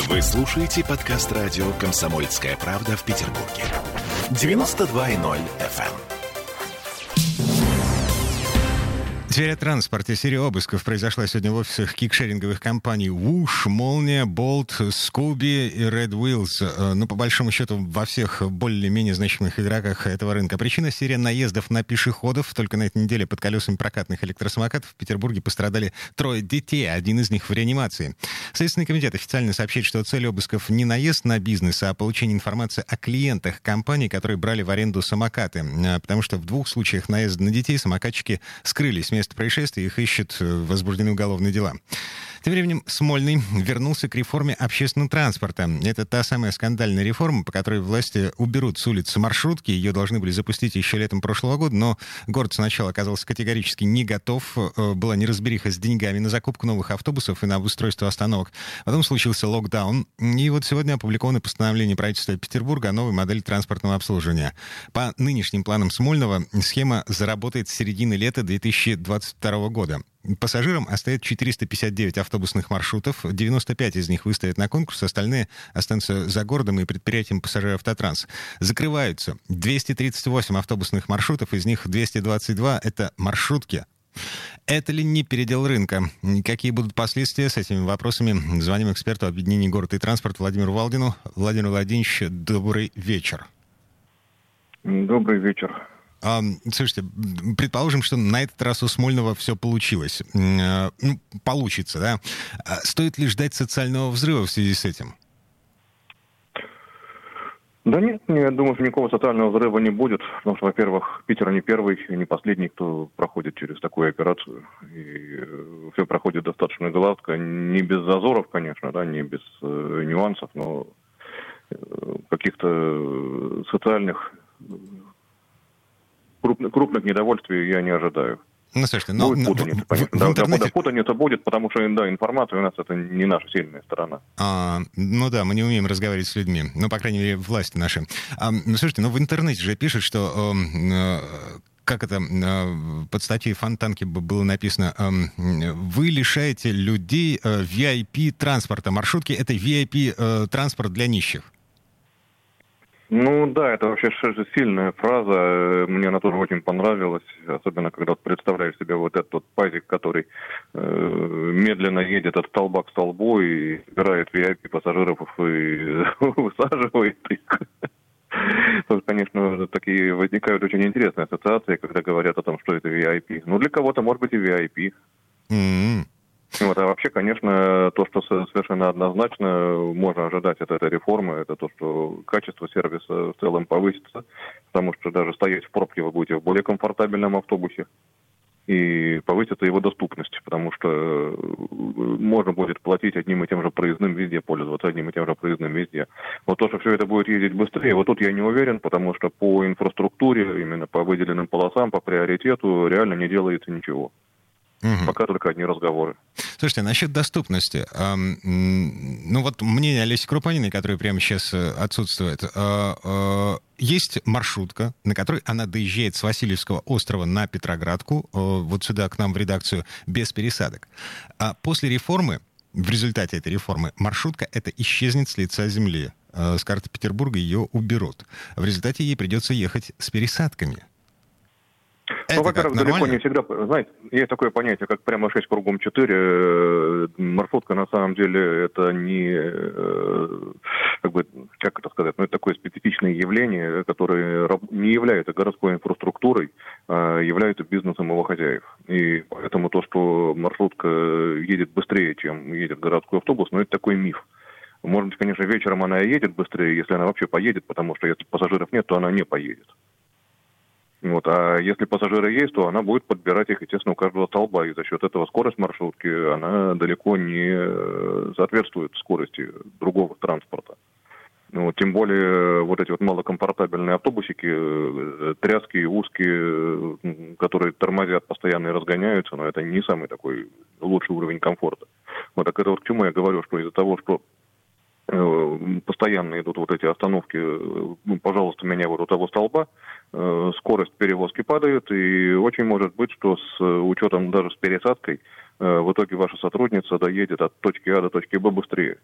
Вы слушаете подкаст радио «Комсомольская правда» в Петербурге. 92.0 FM. Теперь о транспорте. Серия обысков произошла сегодня в офисах кикшеринговых компаний Whoosh, Молния, Bolt, Scooby и Red Wheels. Ну, по большому счету, во всех более-менее значимых игроках этого рынка. Причина — серия наездов на пешеходов. Только на этой неделе под колесами прокатных электросамокатов в Петербурге пострадали 3 детей, один из них в реанимации. Следственный комитет официально сообщает, что цель обысков не наезд на бизнес, а получение информации о клиентах компаний, которые брали в аренду самокаты. Потому что в 2 случаях наезда на детей самокатчики скрылись с места происшествия, их ищут, возбуждены уголовные дела. Тем временем Смольный вернулся к реформе общественного транспорта. Это та самая скандальная реформа, по которой власти уберут с улиц маршрутки. Ее должны были запустить еще летом прошлого года, но город сначала оказался категорически не готов. Была неразбериха с деньгами на закупку новых автобусов и на обустройство остановок. Потом случился локдаун. И вот сегодня опубликовано постановление правительства Петербурга о новой модели транспортного обслуживания. По нынешним планам Смольного схема заработает с середины лета 2022 года. Пассажирам оставят 459 автобусных маршрутов, 95 из них выставят на конкурс, остальные останутся за городом и предприятием «Пассажиравтотранс». Закрываются 238 автобусных маршрутов, из них 222 — это маршрутки. Это ли не передел рынка? Какие будут последствия? С этими вопросами звоним эксперту объединения «Город и транспорт» Владимиру Валдину. Владимир Владимирович, добрый вечер. Добрый вечер. Слушайте, предположим, что на этот раз у Смольного все получилось. Получится, да? Стоит ли ждать социального взрыва в связи с этим? Да нет, я думаю, что никакого социального взрыва не будет. Потому что, во-первых, Питер не первый и не последний, кто проходит через такую операцию. И все проходит достаточно гладко. Не без зазоров, конечно, да, не без нюансов, но каких-то социальных крупных недовольствий я не ожидаю. Ну, слушайте, будет путаница, конечно. Да, интернете... путаница будет, потому что, да, информация у нас — это не наша сильная сторона. Ну да, мы не умеем разговаривать с людьми. Ну, по крайней мере, власти наши. Слушайте, в интернете же пишут, что... под статьей Фонтанки было написано: вы лишаете людей VIP-транспорта. Маршрутки — это VIP-транспорт для нищих. Ну да, это вообще сильная фраза. Мне она тоже очень понравилась. Особенно, когда представляешь себе вот этот вот пазик, который медленно едет от столба к столбу и собирает VIP-пассажиров и высаживает их. Конечно, такие возникают очень интересные ассоциации, когда говорят о том, что это VIP. Ну, для кого-то, может быть, и VIP. Вот, а вообще, конечно, то, что совершенно однозначно можно ожидать от этой реформы, это то, что качество сервиса в целом повысится, потому что даже стоять в пробке вы будете в более комфортабельном автобусе, и повысится его доступность, потому что можно будет платить одним и тем же проездным везде, пользоваться одним и тем же проездным везде. Вот то, что все это будет ездить быстрее, вот тут я не уверен, потому что по инфраструктуре, именно по выделенным полосам, по приоритету реально не делается ничего. Пока только одни разговоры. Слушайте, насчет доступности. Ну вот мнение Олеси Крупаниной, которая прямо сейчас отсутствует. Есть маршрутка, на которой она доезжает с Васильевского острова на Петроградку, вот сюда к нам в редакцию, без пересадок. А после реформы, в результате этой реформы, маршрутка эта исчезнет с лица земли. С карты Петербурга ее уберут. В результате ей придется ехать с пересадками. Ну, во-первых, далеко не всегда, знаете, есть такое понятие, как прямо 6 кругом 4. Маршрутка, на самом деле, это не, как это сказать, это такое специфичное явление, которое не является городской инфраструктурой, а является бизнесом его хозяев. И поэтому то, что маршрутка едет быстрее, чем едет городской автобус, это такой миф. Может быть, конечно, вечером она и едет быстрее, если она вообще поедет, потому что если пассажиров нет, то она не поедет. Вот. А если пассажиры есть, то она будет подбирать их, естественно, у каждого столба. И за счет этого скорость маршрутки, она далеко не соответствует скорости другого транспорта. Вот. Тем более вот эти вот малокомфортабельные автобусики, тряские, узкие, которые тормозят постоянно и разгоняются, но это не самый такой лучший уровень комфорта. Вот так это вот к чему я говорю, что из-за того, что постоянно идут вот эти остановки, пожалуйста, меня вот у того столба, скорость перевозки падает, и очень может быть, что с учетом даже с пересадкой, в итоге ваша сотрудница доедет от точки А до точки Б быстрее.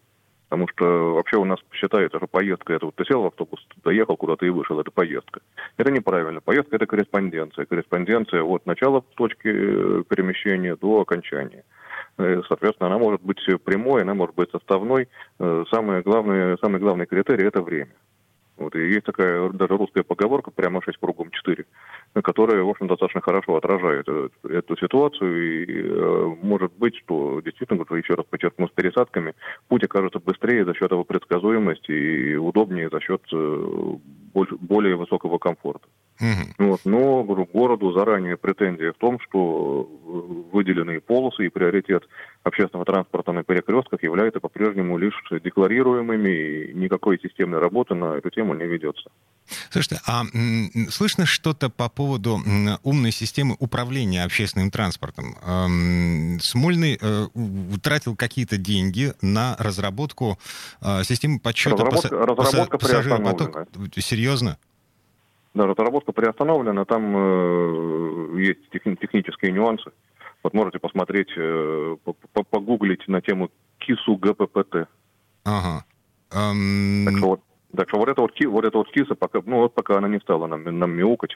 Потому что вообще у нас считается, что поездка — это вот ты сел в автобус, доехал куда-то и вышел, это поездка. Это неправильно. Поездка — это корреспонденция. Корреспонденция от начала точки перемещения до окончания. Соответственно, она может быть прямой, она может быть составной. Самый главный критерий — это время. Вот, и есть такая даже русская поговорка «прямо 6 кругом 4», которая, в общем, достаточно хорошо отражает эту ситуацию. И может быть, что действительно, еще раз подчеркну, с пересадками путь окажется быстрее за счет его предсказуемости и удобнее за счет более высокого комфорта. Вот, но городу заранее претензия в том, что выделенные полосы и приоритет общественного транспорта на перекрестках являются по-прежнему лишь декларируемыми, и никакой системной работы на эту тему не ведется. Слушайте, а слышно что-то по поводу умной системы управления общественным транспортом? Смольный тратил какие-то деньги на разработку системы подсчета пассажиропотока. Серьезно? Да, разработка приостановлена, там есть технические нюансы. Вот можете посмотреть, погуглить на тему КИСу ГППТ. Ага. Так что вот эта вот КИСа, пока она не стала нам мяукать.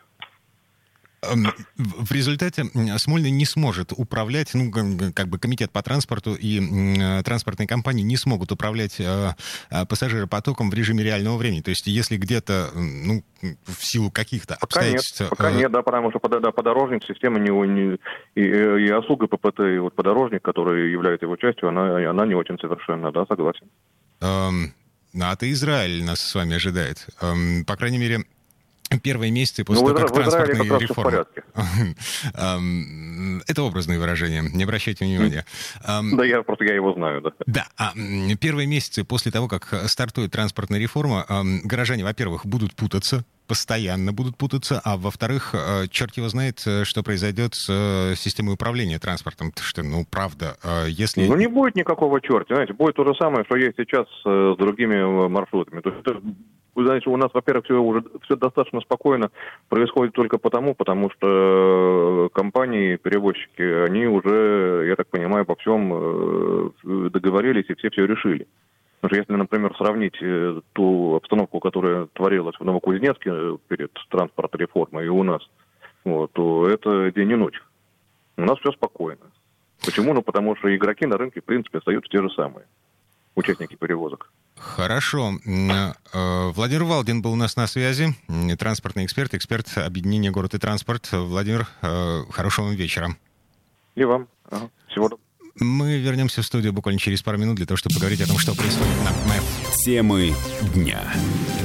В результате Смольный не сможет управлять, как бы комитет по транспорту и транспортные компании не смогут управлять пассажиропотоком в режиме реального времени. То есть если где-то, в силу каких-то обстоятельств... Пока нет, да, потому что подорожник, система и ОСУ ГППТ, и вот подорожник, который является его частью, она не очень совершенна, да, согласен. Это Израиль нас с вами ожидает. По крайней мере... Первые месяцы после того, как транспортные реформы... Это образные выражения, не обращайте внимания. Да, я его знаю, да. Да, первые месяцы после того, как стартует транспортная реформа, горожане, во-первых, будут путаться, постоянно будут путаться, а во-вторых, черт его знает, что произойдет с системой управления транспортом. Потому что, правда, если... не будет никакого черта, знаете, будет то же самое, что есть сейчас с другими маршрутами. То есть, вы знаете, у нас, во-первых, все достаточно спокойно происходит только потому, что компании, перевозчики, они уже, я так понимаю, обо всем договорились и все решили. Потому что если, например, сравнить ту обстановку, которая творилась в Новокузнецке перед транспортной реформой и у нас, то это день и ночь. У нас все спокойно. Почему? Потому что игроки на рынке, в принципе, остаются те же самые, участники перевозок. Хорошо. Владимир Валдин был у нас на связи, транспортный эксперт объединения «Город и транспорт». Владимир, хорошего вам вечера. И вам. Всего доброго. Мы вернемся в студию буквально через пару минут для того, чтобы поговорить о том, что происходит на МЭФ. Темы дня.